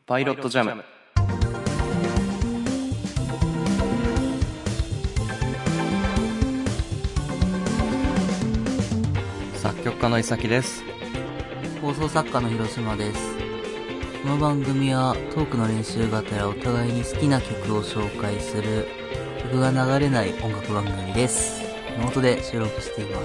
パイロットジャム。作曲家の伊崎です。 放送作家の広島です。この番組はトークの練習がてらお互いに好きな曲を紹介する曲が流れない音楽番組です。リモートで収録しています。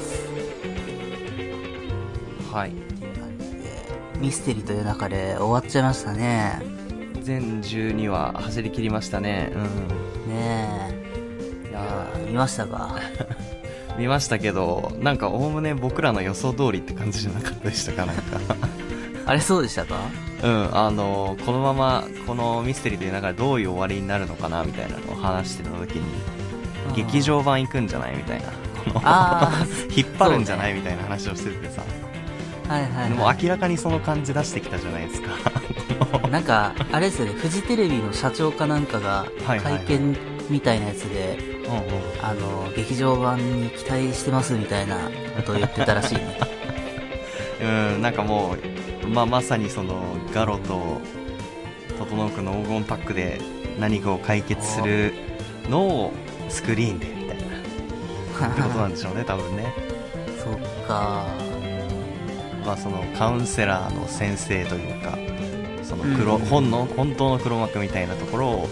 はい。 っていう感じでミステリーという中で終わっちゃいましたね。 全12話走り切りましたね。 ねえ。いやー、見ましたか？ 見ましたけど、なんかおおむね僕らの予想通りって感じじゃなかったでしたか、なんかあれそうでしたか？ このままこのミステリーという中でどういう終わりになるのかなみたいなのを話してた時に、劇場版行くんじゃないみたいな、引っ張るんじゃない、みたいな話をしててさ、 はいはい、はい、 もう明らかにその感じ出してきたじゃないですかなんかあれですよね、フジテレビの社長かなんかが会見みたいなやつで、劇場版に期待してますみたいなことを言ってたらしいねなんかもう、まさにそのガロと整君の黄金タッグで何かを解決するのをスクリーンでみたいなってことなんでしょうね、多分ね。 そっか。 そのカウンセラーの先生というか、その本当の黒幕みたいなところを、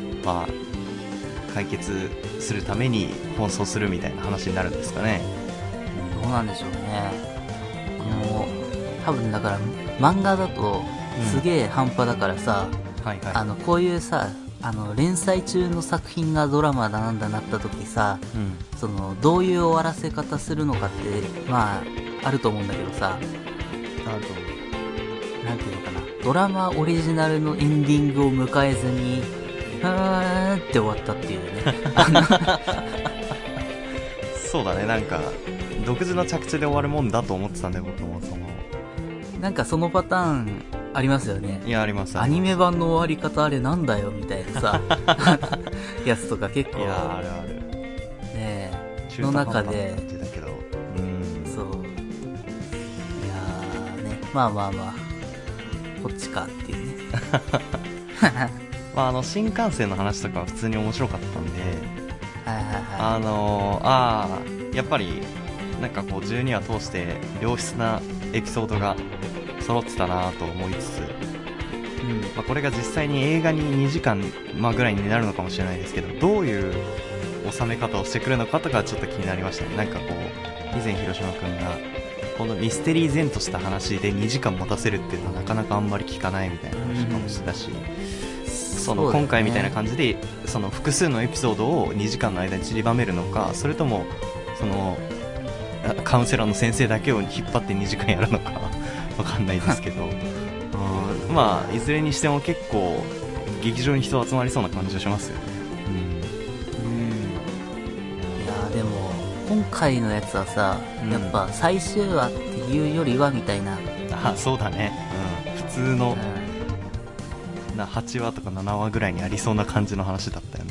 解決するために奔走するみたいな話になるんですかね。 どうなんでしょうね。多分だから漫画だとすげえ半端だからさ、こういうさ、連載中の作品がドラマだなんだなった時さ、そのどういう終わらせ方するのかってあると思うんだけどさ、なんていうのかな、ドラマオリジナルのエンディングを迎えずにって終わったっていうねそうだね、なんか独自の着地で終わるもんだと思ってたんで、僕もなんかそのパターンありますよね。 いや、あります。 アニメ版の終わり方あれなんだよみたいなさやつとか結構、 いや、あるあるねえ、の中で、そう、いやーね、こっちかっていうね新幹線の話とかは普通に面白かったんで、やっぱりなんかこう12話通して良質なエピソードが揃ってたなと思いつつ、これが実際に映画に2時間、ぐらいになるのかもしれないですけど、どういう収め方をしてくるのかとかちょっと気になりましたね。なんかこう以前広島くんがこのミステリー前とした話で2時間持たせるっていうのはなかなかあんまり聞かないみたいな話かもしてたし、その今回みたいな感じでその複数のエピソードを2時間の間に散りばめるのか、それともそのカウンセラーの先生だけを引っ張って2時間やるのかわかんないですけどいずれにしても結構劇場に人集まりそうな感じがしますよね。 いやでも今回のやつはさ、やっぱ最終話っていうよりはみたいな、 そうだね、普通の、8話とか7話ぐらいにありそうな感じの話だったよね。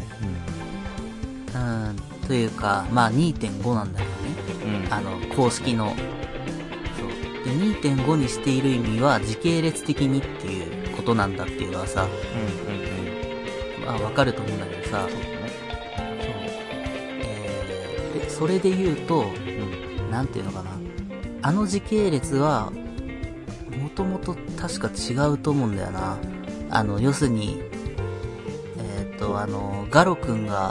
というか2.5 なんだけどね、公式のそうで 2.5 にしている意味は時系列的にっていうことなんだっていうのはさ、わかると思うんだけどさ、それで言うと、なんていうのかな、時系列はもともと確か違うと思うんだよな。要するにガロ君が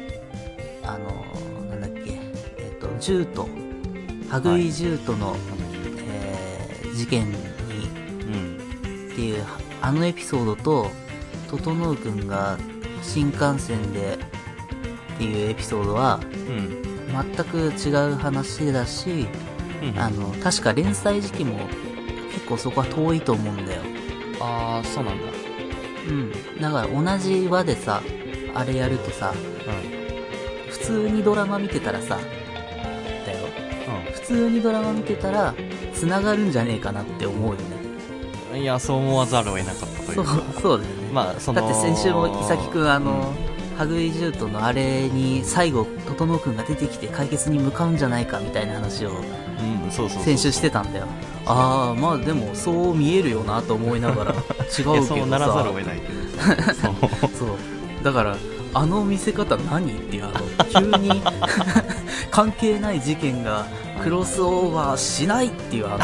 なんだっけ、ジュート、羽喰ジュートの、事件に、っていうエピソードと、整君が新幹線でっていうエピソードは、全く違う話だし、確か連載時期も結構そこは遠いと思うんだよ。 そうなんだ。 だから同じ輪でさ、あれやるとさ、普通にドラマ見てたらさ、普通にドラマ見てたら繋がるんじゃねえかなって思うよね。 いや、そう思わざるを得なかったというか。 そうだよね。だって先週も伊崎くん羽喰ジュートのあれに最後整君が出てきて解決に向かうんじゃないかみたいな話を先週してたんだよ。ああ、まあでもそう見えるよなと思いながら違うけどさそうならざるを得ないけどそうだからあの見せ方何っていう急に関係ない事件がクロスオーバーしないっていう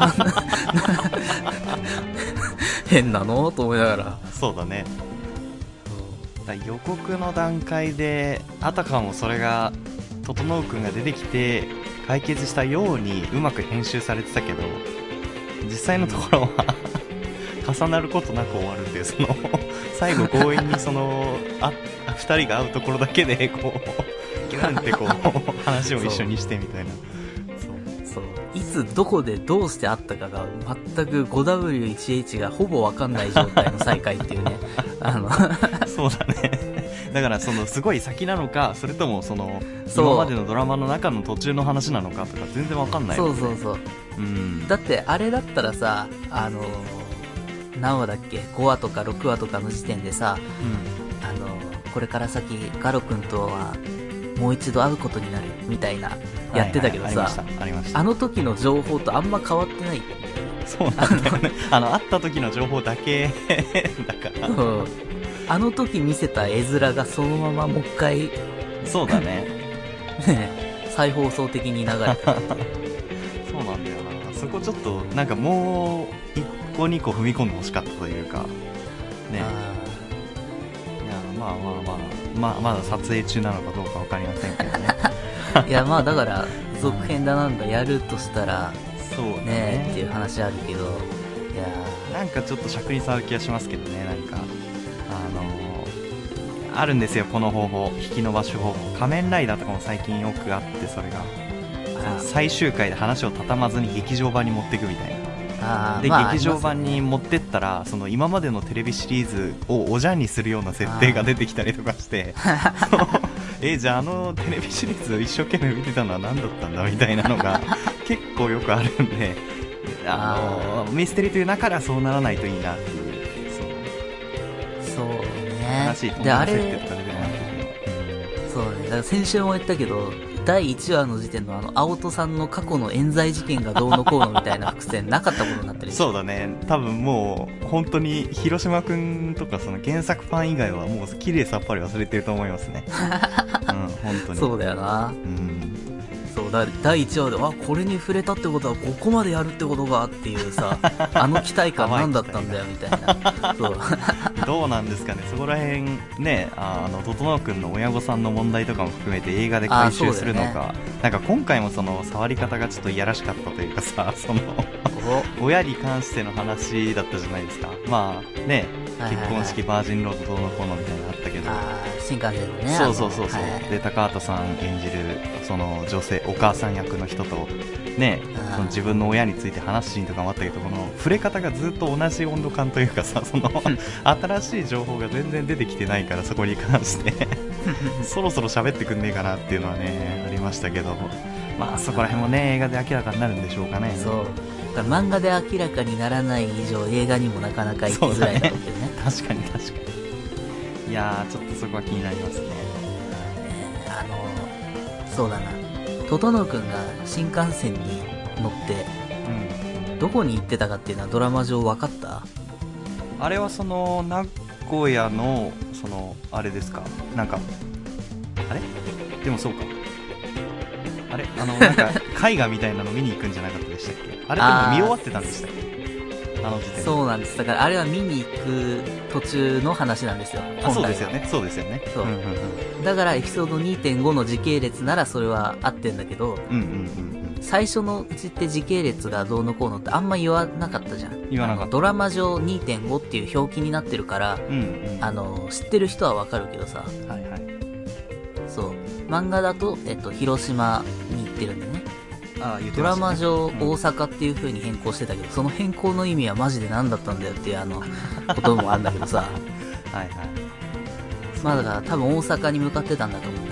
変なのと思いながら。 そうだね。だ予告の段階であたかもそれが整君が出てきて解決したようにうまく編集されてたけど、実際のところは重なることなく終わるんで、その最後強引にその2人が会うところだけでこうギャンってこう話を一緒にしてみたいな。 そういつどこでどうして会ったかが全く 5W1H がほぼ分かんない状態の再会っていうねそうだね。だからそのすごい先なのか、それともその今までのドラマの中の途中の話なのかとか全然分かんないもんね。 そう、だってあれだったらさ、何話だっけ、5話とか6話とかの時点でさ、これから先ガロ君とはもう一度会うことになるみたいなやってたけどさ、あの時の情報とあんま変わってない。 そうなんだよね。会った時の情報だけだからあの時見せた絵面がそのままもう一回そうだね再放送的に流れてそうなんだよな。そこちょっとなんかもう1個2個踏み込んでほしかったというかね。いやまだ撮影中なのかどうか分かりませんけどねいやまあだから続編だなんだやるとしたらそうねっていう話あるけど、いやなんかちょっと尺に触る気がしますけどね。なんかあるんですよこの方法、引き伸ばし方法。仮面ライダーとかも最近よくあって、それが最終回で話を畳まずに劇場版に持っていくみたいな。で、劇場版に持ってったら、その今までのテレビシリーズをおじゃんにするような設定が出てきたりとかしてじゃあテレビシリーズ一生懸命見てたのは何だったんだみたいなのが結構よくあるんでミステリーという中ではそうならないといいなっていう。 そうね。であれそうね。だから先週も言ったけど、第1話の時点の青戸さんの過去の冤罪事件がどうのこうのみたいな伏線なかったことになってる。 そうだね。多分もう本当に広島くんとかその原作ファン以外はもう綺麗さっぱり忘れてると思いますね。本当に。そうだよな。そうだ、第1話でこれに触れたってことはここまでやるってことがっていうさ期待感何だったんだよみたいなそうどうなんですかね、そこら辺ね、整君の親御さんの問題とかも含めて映画で回収するのか、なんか今回もその触り方がちょっといやらしかったというかさ、その親に関しての話だったじゃないですか。まあね、結婚式バージンロードどうのこうのみたいなのあったけど、 新幹線のね、 そう、で高畑さん演じるその女性お母さん役の人とね、その自分の親について話すシーンとかもあったけど、この触れ方がずっと同じ温度感というかさ、その新しい情報が全然出てきてないから、そこに関してそろそろ喋ってくんねえかなっていうのはねありましたけど、まあそこら辺もね映画で明らかになるんでしょうかね。 そうだから漫画で明らかにならない以上映画にもなかなか行きづらいんだけどね。 確かにいやー、ちょっとそこは気になりますね。 そうだな、整君が新幹線に乗って、どこに行ってたかっていうのはドラマ上分かった？ あれはその名古屋のそのあれですか、なんかあれでもそうか、あれなんか絵画みたいなの見に行くんじゃなかったでしたっけ？あれでも見終わってたんでしたっけ？ そうなんです。だからあれは見に行く途中の話なんですよ。 そうですよね。そうですよね。 そう。だからエピソード 2.5 の時系列ならそれは合ってんだけど、最初のうちって時系列がどうのこうのってあんま言わなかったじゃん。 言わなかった。 ドラマ上 2.5 っていう表記になってるから、知ってる人はわかるけどさ。そう。漫画だと広島に行ってるんでね。ドラマ上大阪っていう風に変更してたけど、その変更の意味はマジで何だったんだよっていうこともあるんだけどさまあだから多分大阪に向かってたんだと思うんだ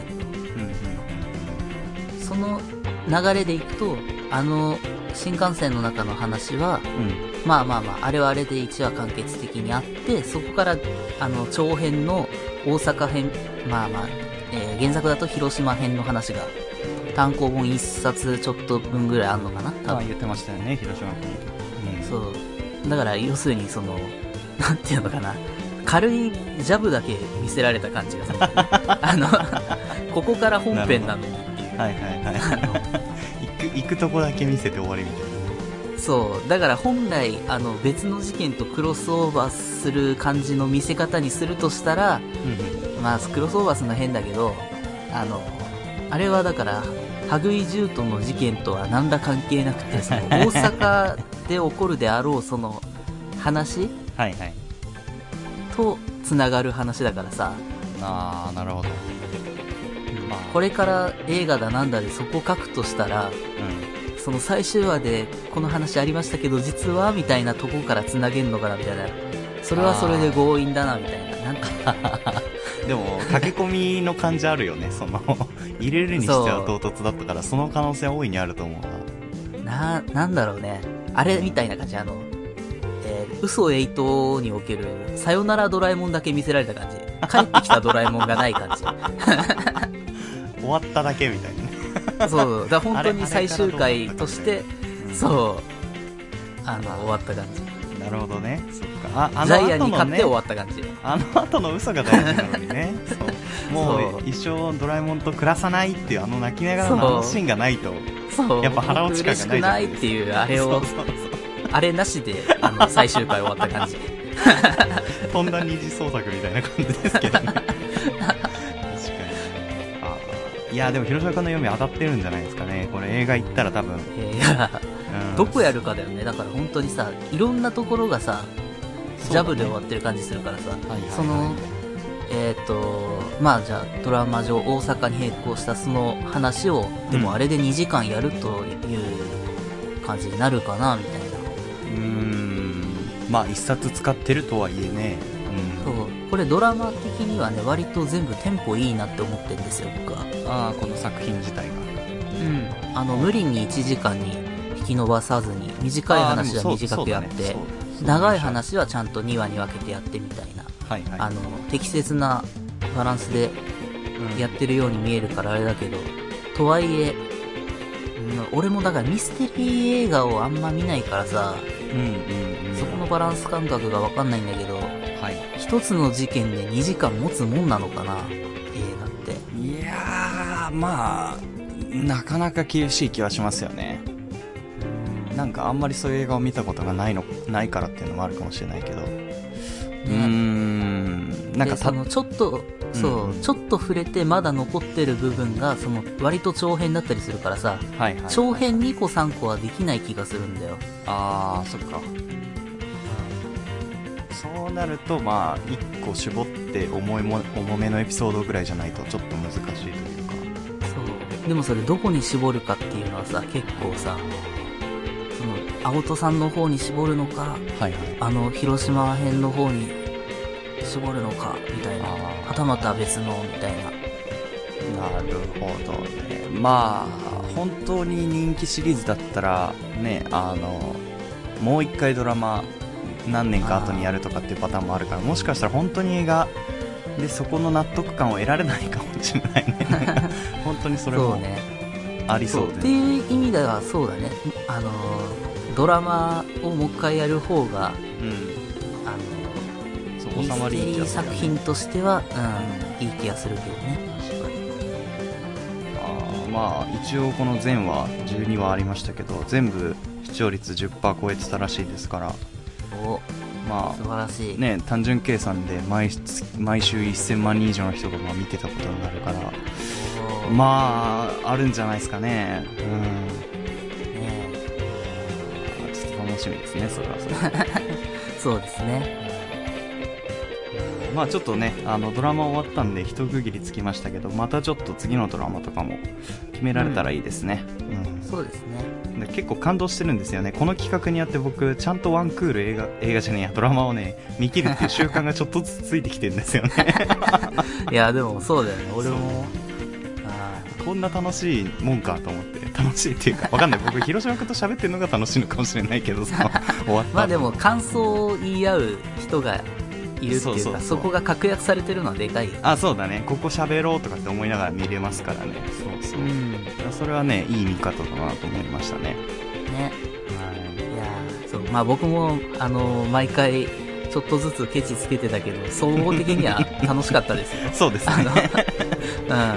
けど、その流れでいくと新幹線の中の話は、まああれはあれで1話完結的にあって、そこから長編の大阪編、原作だと広島編の話が単行本1冊ちょっと分ぐらいあんのかな多分。 言ってましたよね、広島君。 そうだから要するにそのなんていうのかな、軽いジャブだけ見せられた感じがするここから本編なのにっていう。 はいはいはい行くとこだけ見せて終わりみたいな。 そうだから本来別の事件とクロスオーバーする感じの見せ方にするとしたら、まあクロスオーバーするのは変だけど、あれはだから羽喰十斗の事件とは何ら関係なくて、その大阪で起こるであろうその話はいはいとつながる話だからさ。 ああ、なるほど。まあ、 これから映画だなんだでそこ書くとしたら、その最終話でこの話ありましたけど実はみたいなとこからつなげんのかなみたいな、それはそれで強引だなみたいな、なんかでも駆け込みの感じあるよね。その入れるにしては唐突だったから、その可能性は大いにあると思うなんだろうね、あれみたいな感じ、嘘8におけるさよならドラえもんだけ見せられた感じ、帰ってきたドラえもんがない感じ終わっただけみたいなねそうだから本当に最終回としてそう終わった感じ。 なるほどね。そっか。 ジャイアンに勝って終わった感じ。 あの後の嘘が大事なのにねそうもう一生ドラえもんと暮らさないっていう泣きながらのシーンがないと、やっぱ腹落ち感がないじゃないですか。 嬉しくないっていうあれをあれなしで最終回終わった感じとんだ二次創作みたいな感じですけどね確かに。いやでも広島君の読み当たってるんじゃないですかね。これ映画行ったら多分どこやるかだよね。だから本当にさ、いろんなところがさ、ジャブで終わってる感じするからさ、そのまあじゃあドラマ上大阪に並行したその話を、でもあれで2時間やるという感じになるかなみたいな。 まあ一冊使ってるとはいえね、 そうこれドラマ的にはね割と全部テンポいいなって思ってるんですよ僕は。 この作品自体が無理に1時間に引き伸ばさずに、短い話は短くやって、長い話はちゃんと2話に分けてやってみたいな、適切なバランスでやってるように見えるからあれだけど、とはいえ、俺もだからミステリー映画をあんま見ないからさ、そこのバランス感覚が分かんないんだけど、一つの事件で2時間持つもんなのかな、映画って。 いやー、まあなかなか厳しい気はしますよね。なんかあんまりそういう映画を見たことがないからっていうのもあるかもしれないけど、 なんかちょっとちょっと触れてまだ残ってる部分がその割と長編だったりするからさ、長編2個3個はできない気がするんだよ。 そっか。そうなるとまあ1個絞って重めのエピソードぐらいじゃないとちょっと難しいというか。 そうでもそれどこに絞るかっていうのはさ、結構さ、その青戸さんの方に絞るのか、広島編の方に絞るのかみたいな、はたまた別のみたいな。 なるほどね。まあ本当に人気シリーズだったらね、もう一回ドラマ何年か後にやるとかっていうパターンもあるから、もしかしたら本当に映画でそこの納得感を得られないかもしれないね本当にそれもありそうで、 っていう意味ではそうだね、ドラマをもう一回やる方が、ミステリー作品としては、いい気がするけどね。確かに。まあ一応この全話12話ありましたけど、全部視聴率 10% 超えてたらしいですから、まあ素晴らしいね、単純計算で毎週1000万人以上の人が見てたことになるから、まああるんじゃないですかね。ちょっと楽しみですね、それはそれそうですね。 まあちょっとね、ドラマ終わったんで一区切りつきましたけど、またちょっと次のドラマとかも決められたらいいですね。 そうですね。 で結構感動してるんですよね。この企画によって僕ちゃんとワンクール映画じゃねえや、ドラマをね見切るっていう習慣がちょっとずつついてきてるんですよねいやでもそうだよね、俺もこんな楽しいもんかと思って。楽しいっていうかわかんない、僕広島君と喋ってるのが楽しいのかもしれないけどさ終わったまあでも感想を言い合う人がいるっていうか、そこが確約されてるのはでかいよね。 そうだね、ここ喋ろうとかって思いながら見れますからね。 それはね、いい見方だなと思いましたね。 ね。いやそう、まあ僕も、毎回、ちょっとずつケチつけてたけど、総合的には楽しかったですよ。 そうですね。わかる。そうなんだよね。いや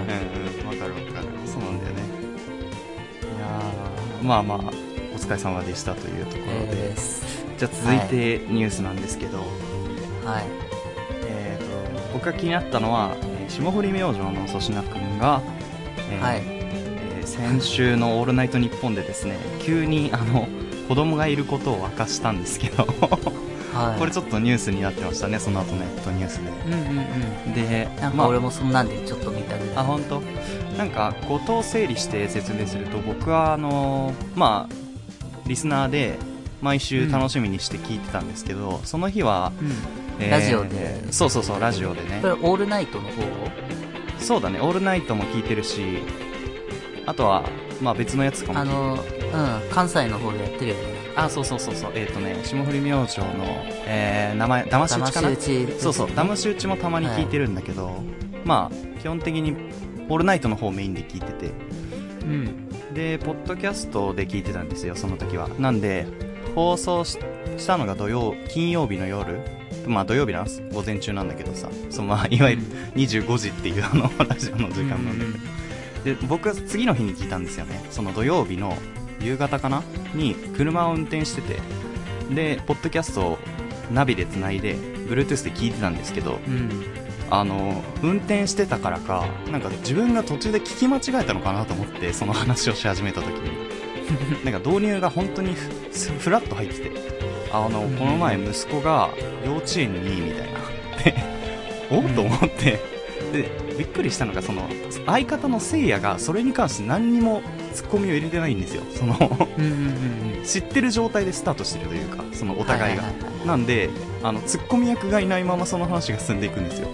まあまあ、お疲れ様でしたというところで。じゃあ続いてニュースなんですけど、 はい。 僕が気になったのは、霜降り明星の粗品くんが、 はい。 先週のオールナイトニッポンでですね、急に子供がいることを明かしたんですけど、はい、これちょっとニュースになってましたね、その後ネットニュースで。で、 なんか俺もそんなんでちょっと見たぐらい。 あ、本当？なんかことを整理して説明すると、僕はまあリスナーで毎週楽しみにして聞いてたんですけど、その日は、 ラジオで。 そうラジオでね。 これオールナイトの方？ そうだね、オールナイトも聞いてるし、あとはまあ別のやつかも。 関西の方でやってるよね。 あ、そう霜降り明星の、名前騙し討ちかな。そう騙し討ちもたまに聞いてるんだけど、まあ基本的にオールナイトの方メインで聞いてて、でポッドキャストで聞いてたんですよ、その時は。なんで放送したのが金曜日の夜、まあ土曜日なんです、午前中なんだけどさ、まあいわゆる25時っていうラジオの時間なんで、で僕は次の日に聞いたんですよね。その土曜日の夕方かなに車を運転してて、でポッドキャストをナビでつないで Bluetooth で聞いてたんですけど、運転してたからか、なんか自分が途中で聞き間違えたのかなと思って、その話をし始めた時になんか導入が本当にフラッと入ってて、この前息子が幼稚園にみたいなでおっと思って、でびっくりしたのが、その相方のせいやがそれに関して何にもツッコミを入れてないんですよ。知ってる状態でスタートしてるというか、そのお互いが、なんでツッコミ役がいないままその話が進んでいくんですよ。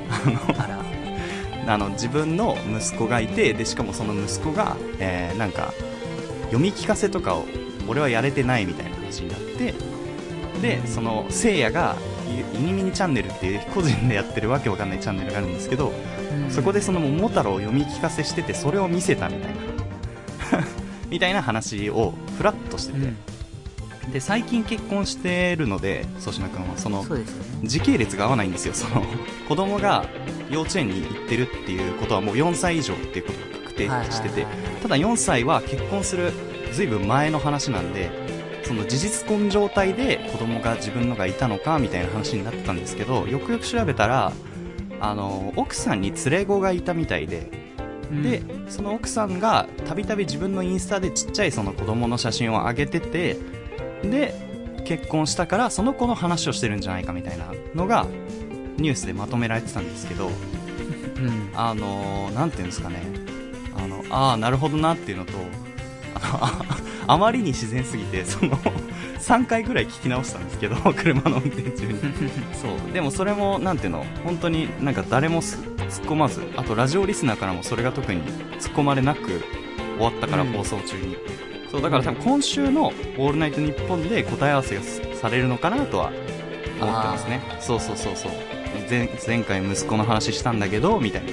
自分の息子がいて、でしかもその息子が、なんか読み聞かせとかを俺はやれてないみたいな話になって、でそのせいやがイニミニチャンネルっていう個人でやってるわけわかんないチャンネルがあるんですけど、そこでその桃太郎を読み聞かせしてて、それを見せたみたいなみたいな話をフラッとしてて、で最近結婚してるので、粗品君はその時系列が合わないんですよ。その子供が幼稚園に行ってるっていうことはもう4歳以上っていうことが確定してて、ただ4歳は結婚するずいぶん前の話なんで、その事実婚状態で子供が自分のがいたのかみたいな話になってたんですけど、よくよく調べたら奥さんに連れ子がいたみたいで、でその奥さんがたびたび自分のインスタでちっちゃいその子供の写真を上げてて、で結婚したからその子の話をしてるんじゃないかみたいなのがニュースでまとめられてたんですけど、なんていうんですかね、なるほどなっていうのと、あまりに自然すぎて3回ぐらい聞き直したんですけど、車の運転中にそうでもそれもなんていうの、本当になんか誰も突っ込まず、あとラジオリスナーからもそれが特に突っ込まれなく終わったから、放送中に。そうだから多分今週の「オールナイトニッポン」で答え合わせがされるのかなとは思ってますね。そう前回息子の話したんだけどみたいな。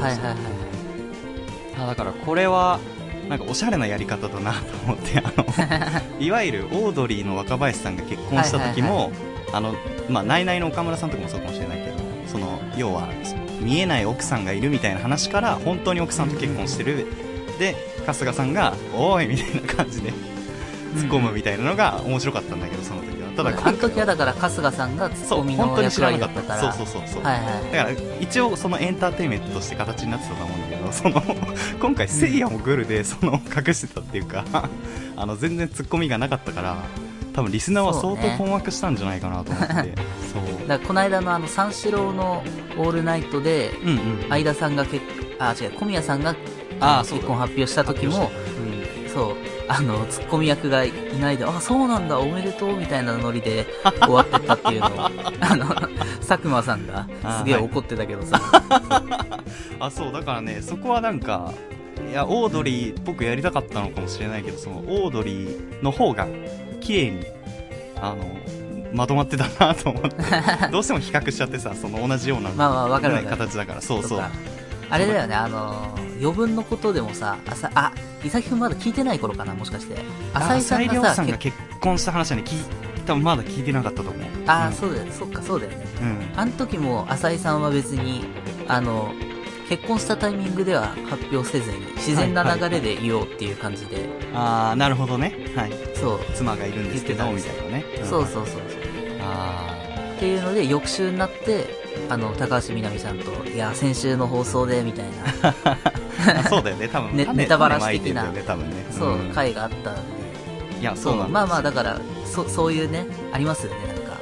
だからこれはなんかおしゃれなやり方だなと思っていわゆるオードリーの若林さんが結婚した時も、ナイナイの岡村さんとかもそうかもしれないけど、その要は見えない奥さんがいるみたいな話から本当に奥さんと結婚してる、で春日さんがおーいみたいな感じで突っ込むみたいなのが面白かったんだけど、その時は。ただあの時はだから春日さんがツッコミの役割だったから、 そう、だから一応そのエンターテインメントとして形になってたと思うんだけど、今回せいやもグルで隠してたっていうか全然ツッコミがなかったから、多分リスナーは相当困惑したんじゃないかなと思って、そうだからこの間の三四郎のオールナイトで、相田さんが小宮さんが結婚発表した時も、ツッコミ役がいないで、そうなんだおめでとうみたいなノリで終わってたっていうのを佐久間さんがすげえ怒ってたけどさ、 そうだからね、そこはなんかいやオードリーっぽくやりたかったのかもしれないけど、そのオードリーの方が綺麗にまとまってたなと思ってどうしても比較しちゃってさ、その同じような、 わかる形だから、そうあれだよね、余分のことでもさ、伊崎くんまだ聞いてない頃かな、もしかして。浅井さんがさ、 結婚した話はね、多分まだ聞いてなかったと思う。 そうだよね、そっか、そうだよね。 うん。 あの時も浅井さんは別に、結婚したタイミングでは発表せずに、自然な流れで言おうっていう感じで。 なるほどね。はい。 そう。 妻がいるんですけど、みたいなね。 そう。っていうので、翌週になって、高橋みなみさんと、いや、先週の放送で、みたいな。 そうだよね、多分。 ネタバラシ的な、 多分ね。 そう、回があったんで。 いや、そうなんです。 まあまあ、だから、そういうね、ありますよね、なんか。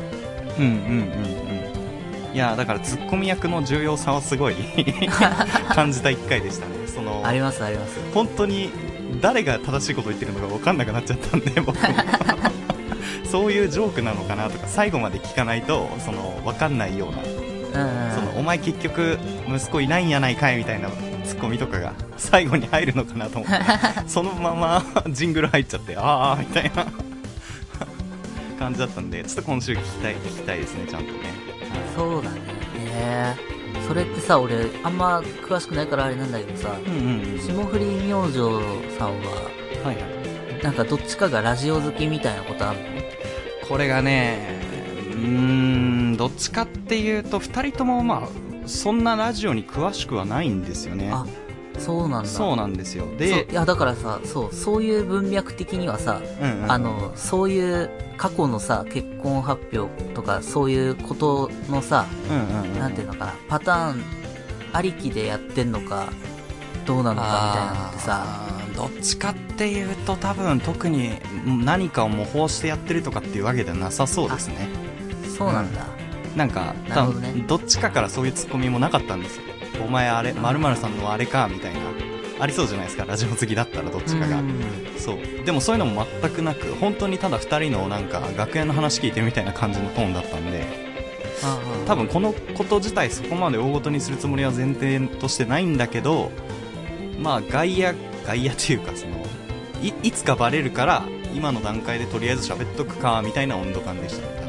いや、だから、ツッコミ役の重要さはすごい感じた一回でしたね。 あります。 本当に、誰が正しいことを言ってるのか分かんなくなっちゃったんで、僕そういうジョークなのかなとか、最後まで聞かないと、分かんないような、お前結局、息子いないんやないかいみたいなツッコミとかが最後に入るのかなと思ってそのままジングル入っちゃって、みたいな感じだったんで、ちょっと今週聞きたいですね、ちゃんとね。 そうだね。それってさ、俺あんま詳しくないからあれなんだけどさ、霜降り明星さんは、なんかどっちかがラジオ好きみたいなことあるの？ これがね、どっちかっていうと2人ともまあそんなラジオに詳しくはないんですよね。 そうなんだ。 そうなんですよ。で、 いやだからさ、そういう文脈的にはさ、そういう過去のさ、結婚発表とかそういうことのさ、なんていうのかな、パターンありきでやってんのかどうなのかみたいなのってさ、 どっちかっていうと多分特に何かを模倣してやってるとかっていうわけではなさそうですね。 そうなんだ。 なんか多分どっちかからそういうツッコミもなかったんですよ。お前あれ〇〇さんのあれかみたいな、ありそうじゃないですか、ラジオ好きだったらどっちかが。そうでもそういうのも全くなく、本当にただ2人のなんか学園の話聞いてるみたいな感じのトーンだったんで、多分このこと自体そこまで大ごとにするつもりは前提としてないんだけど、まあ外野っていうか、いつかバレるから今の段階でとりあえず喋っとくかみたいな温度感でしたね。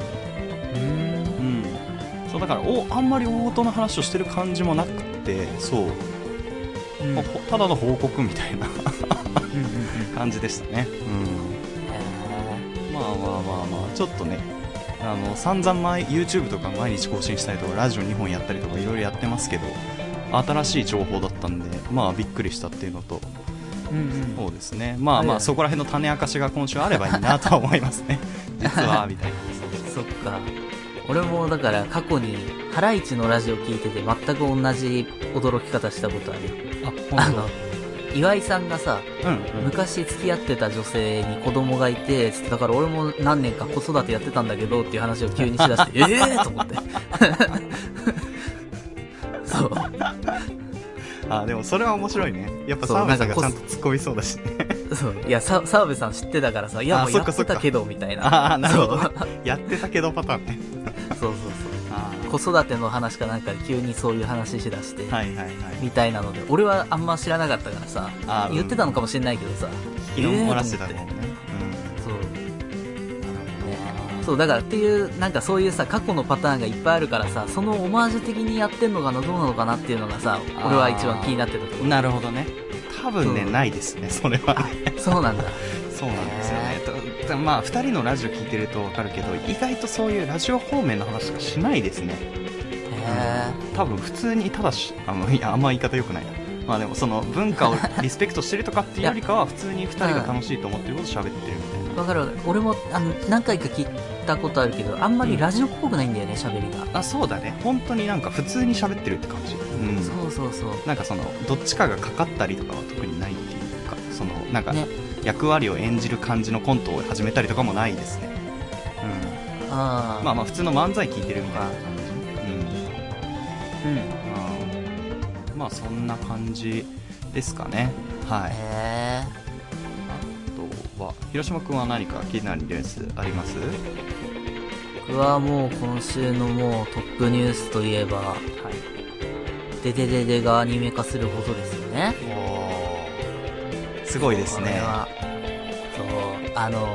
そうだからあんまり大ごとの話をしてる感じもなくて、そう、ただの報告みたいな感じでしたね。まあちょっとね、散々YouTube とか毎日更新したりとかラジオ2本やったりとかいろいろやってますけど、新しい情報だったんで、まあびっくりしたっていうのと、そうですね、まあそこら辺の種明かしが今週あればいいなとは思いますね実はみたいな。 そっか、俺もだから過去にハライチのラジオ聞いてて全く同じ驚き方したことあるよ。岩井さんがさ、昔付き合ってた女性に子供がいて、だから俺も何年か子育てやってたんだけどっていう話を急にしだしてと思ってそうでもそれは面白いね。やっぱ澤部さんがちゃんと突っ込みそうだしねそう、いや、澤部さん知ってたからさ、いやもうやってたけどみたいな。 なるほど、ね、やってたけどパターンねそう子育ての話かなんかで急にそういう話しだして、みたいなので、俺はあんま知らなかったからさ、言ってたのかもしれないけどさ、 漏らしてたもんね。 そうだからっていう、なんかそういうさ、過去のパターンがいっぱいあるからさ、そのオマージュ的にやってんのかな、どうなのかなっていうのがさ、俺は一番気になってたところ。 なるほどね。多分ね、ないですね、それはね。 そうなんだ。 そうなんですよね。まあ2人のラジオ聞いてると分かるけど、意外とそういうラジオ方面の話しかしないですね。多分普通にただいや、あんま言い方良くないな。まあでもその文化をリスペクトしてるとかっていうよりかは、普通に2人が楽しいと思ってることを喋ってるみたいな。 分かる。俺も何回か聞いたことあるけど、あんまりラジオっぽくないんだよね、喋りが。 そうだね。本当になんか普通に喋ってるって感じ。 そうなんかどっちかがかかったりとかは特にないっていうか、なんか、役割を演じる感じのコントを始めたりとかもないですね。まあ普通の漫才聞いてるみたいな感じ。まあそんな感じですかね。はい。あとは広島くんは何か気になるニュースあります？ 僕はもう今週のもうトップニュースといえば、デデデデがアニメ化するほどですよね。 すごいですね。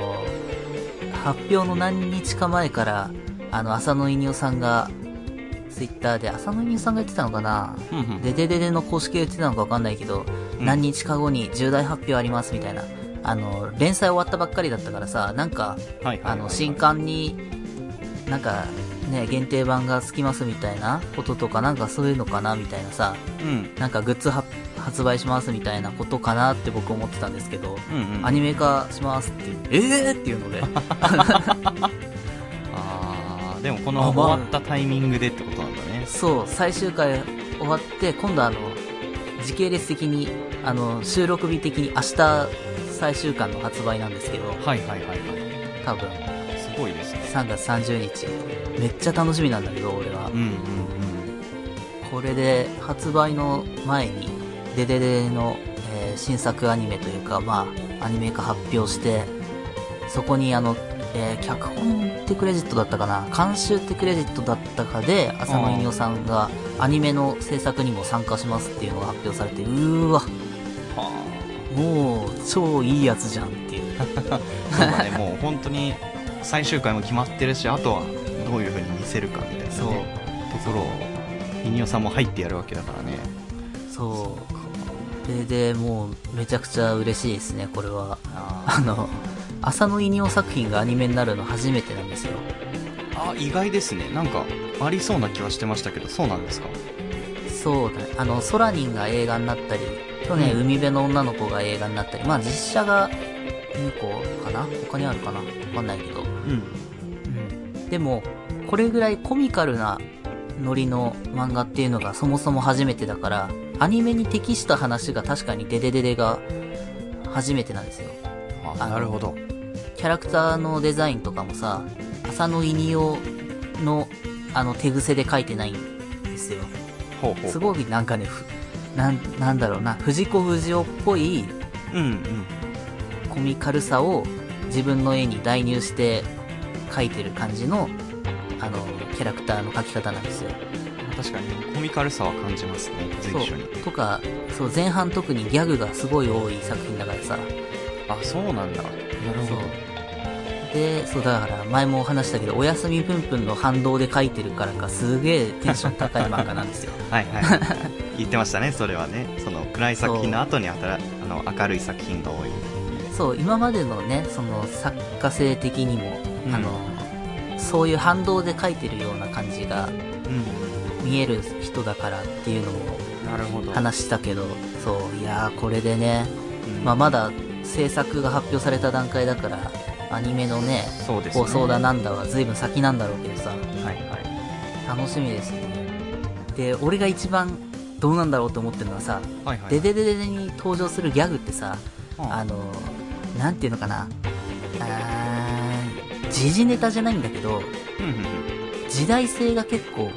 発表の何日か前から浅野いにおさんがツイッターで浅野犬さんが言ってたのかな、デデデデの公式で言ってたのか分かんないけど、何日か後に重大発表ありますみたいな、連載終わったばっかりだったからさ、なんか、新刊になんかね、限定版がつきますみたいなこととか、なんかそういうのかなみたいなさ、なんかグッズ発売しますみたいなことかなって僕思ってたんですけど、アニメ化しますってっていうのででもこの終わったタイミングでってことなんだね。 そう、最終回終わって今度時系列的に収録日的に明日最終巻の発売なんですけど、多分すごいですね。 3月30日めっちゃ楽しみなんだけど俺は、これで発売の前にデデデの、新作アニメというか、まあアニメ化発表して、そこに脚本ってクレジットだったかな、監修ってクレジットだったかで浅野犬さんがアニメの制作にも参加しますっていうのが発表されて、もう超いいやつじゃんっていうそうだね、もう本当に最終回も決まってるし、あとはどういう風に見せるかみたいな、ね、ところを犬さんも入ってやるわけだからね。 そうでもうめちゃくちゃ嬉しいですね。これは浅野犬作品がアニメになるの初めてなんですよ。 意外ですね。なんかありそうな気はしてましたけど、そうなんですか？ そうだね、ソラニンが映画になったり、去年海辺の女の子が映画になったり、まあ実写が2個かな、他にあるかな、わかんないけど、でもこれぐらいコミカルなノリの漫画っていうのがそもそも初めてだから、アニメに適した話が確かにデデデデが初めてなんですよ。 なるほど。 キャラクターのデザインとかもさ、浅野犬代の手癖で描いてないんですよ。すごいなんかね、なんだろうな、藤子不二雄っぽいコミカルさを自分の絵に代入して描いてる感じのキャラクターの描き方なんですよ。 確かにコミカルさは感じますね、随所に。 とか、そう、前半特にギャグがすごい多い作品だからさ。 そうなんだ。なるほど。 で、そうだから前も話したけど、おやすみぷんぷんの反動で描いてるからか、すげえテンション高い漫画なんですよ。 言ってましたね、それはね。その暗い作品の後に明るい作品が多い。 そう、今までのね、その作家性的にも、そういう反動で描いてるような感じが見える人だからっていうのを話したけど、そう、いやーこれでね、まだ制作が発表された段階だからアニメのね、放送だなんだは随分先なんだろうけどさ、楽しみですね。で、俺が一番どうなんだろうと思ってるのはさ、デデデデに登場するギャグってさ、なんていうのかな、時事ネタじゃないんだけど、時代性が結構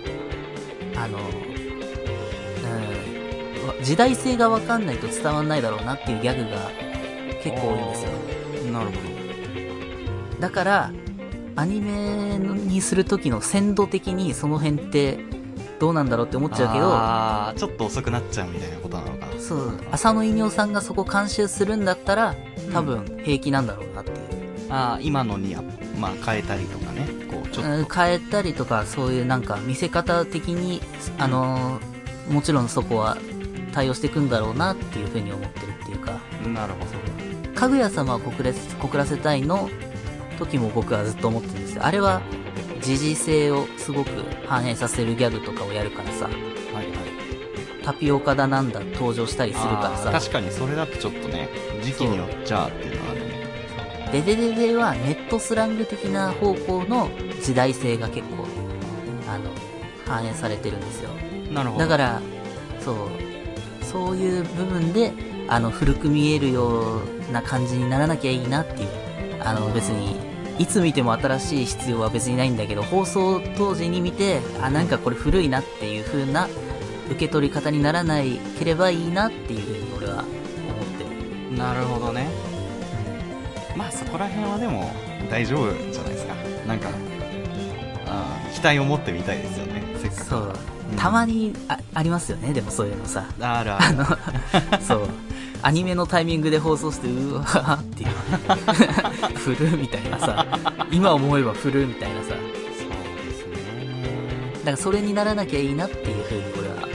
時代性が分かんないと伝わんないだろうなっていうギャグが結構多いんですよ。 なるほど。 だからアニメにする時の鮮度的にその辺ってどうなんだろうって思っちゃうけど、 ちょっと遅くなっちゃうみたいなことなのか。 そう、浅野犬さんがそこ監修するんだったら多分平気なんだろうなっていう。 今のに変えたりとかね、こうちょっと変えたりとか、そういうなんか見せ方的にもちろんそこは対応していくんだろうなっていうふうに思ってるっていうか。 なるほど。 かぐや様を告らせたいの時も僕はずっと思ってるんですよ。あれは時事性をすごく反映させるギャグとかをやるからさ、タピオカだなんだ登場したりするからさ。 確かにそれだとちょっとね、時期によっちゃっていうのはあるね。 デデデデはネットスラング的な方向の時代性が結構反映されてるんですよ。 なるほど。 だからそういう部分で古く見えるような感じにならなきゃいいなっていう、別にいつ見ても新しい必要は別にないんだけど、放送当時に見てなんかこれ古いなっていう風な受け取り方にならないければいいなっていう風に俺は思ってる。 なるほどね。そこら辺はでも大丈夫じゃないですか。なんか期待を持ってみたいですよね、せっかく。 そう、たまに ありますよね。でもそういうのさ、そうアニメのタイミングで放送してうわーっていう振るみたいなさ、今思えば振るみたいなさ。 そうですね。 からそれにならなきゃいいなっていう風に俺は。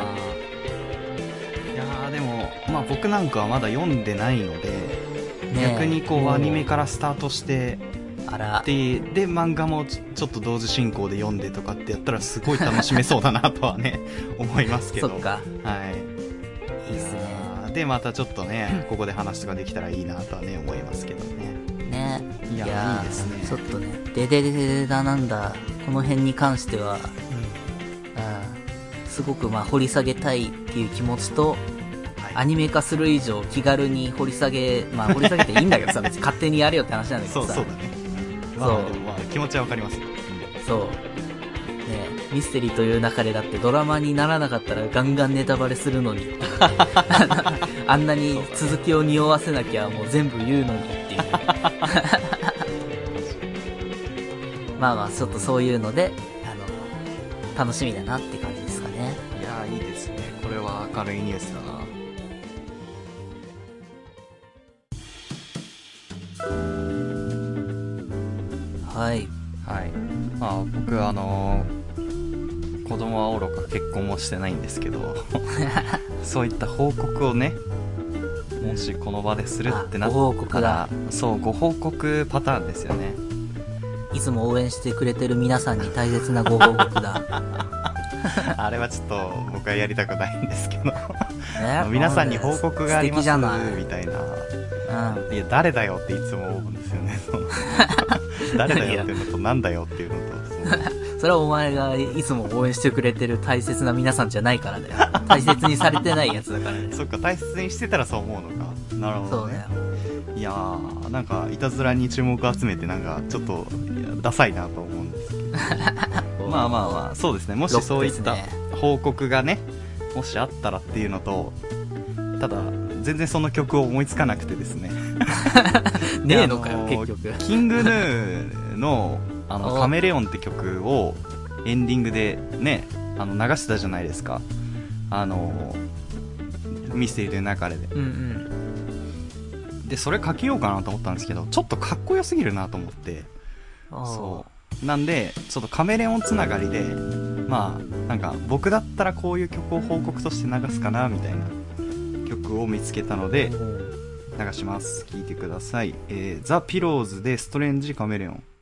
いやーでも、まあ僕なんかはまだ読んでないので、逆にこうアニメからスタートして、で漫画もちょっと同時進行で読んでとかってやったらすごい楽しめそうだなとはね思いますけど。 そっか。 はい。 いいっすね。 でまたちょっとね、ここで話とかできたらいいなとはね思いますけどね。 ね。 いやいいですね。 ちょっとね、デデデデだなんだ、この辺に関しては、すごくまあ掘り下げたいっていう気持ちと、アニメ化する以上気軽に掘り下げていいんだけどさ、別に勝手にやれよって話なんだけどさ。 そうだね。そう、まあ、気持ちはわかりますよ。 そう。ね、ミステリーという中でだってドラマにならなかったらガンガンネタバレするのにっていう、あんなに続きを匂わせなきゃもう全部言うのにっていう。まあまあ、ちょっとそういうので、楽しみだなって感じですかね。 いやー、いいですね。これは明るいニュースだな。 はい。 はい。まあ僕子供は愚か結婚もしてないんですけどそういった報告をね、もしこの場でするってなったら、そうご報告パターンですよね。 いつも応援してくれてる皆さんに大切なご報告だあれはちょっと僕はやりたくないんですけど皆さんに報告がありますみたいな、いや誰だよっていつも思うんですよね誰だよっていうのとなんだよっていうのとそれはお前がいつも応援してくれてる大切な皆さんじゃないからだよ。大切にされてないやつだからね。 そっか、大切にしてたらそう思うのか。なるほどね。 そうね。 いやー、なんかいたずらに注目を集めてなんかちょっとダサいなと思うんですけどまあまあまあ、そうですね。もしそういった報告がね、もしあったらっていうのと、ただ全然その曲を思いつかなくてですねねえのかよ結局。 キングヌーのカメレオンって曲をエンディングでね、流してたじゃないですか。ミステリーという流れで。で、それかけようかなと思ったんですけど、ちょっとかっこよすぎるなと思って。そう。なんで、ちょっとカメレオンつながりで、まあ、なんか僕だったらこういう曲を報告として流すかな、みたいな曲を見つけたので、流します。聴いてください。ザ・ピローズでストレンジカメレオン。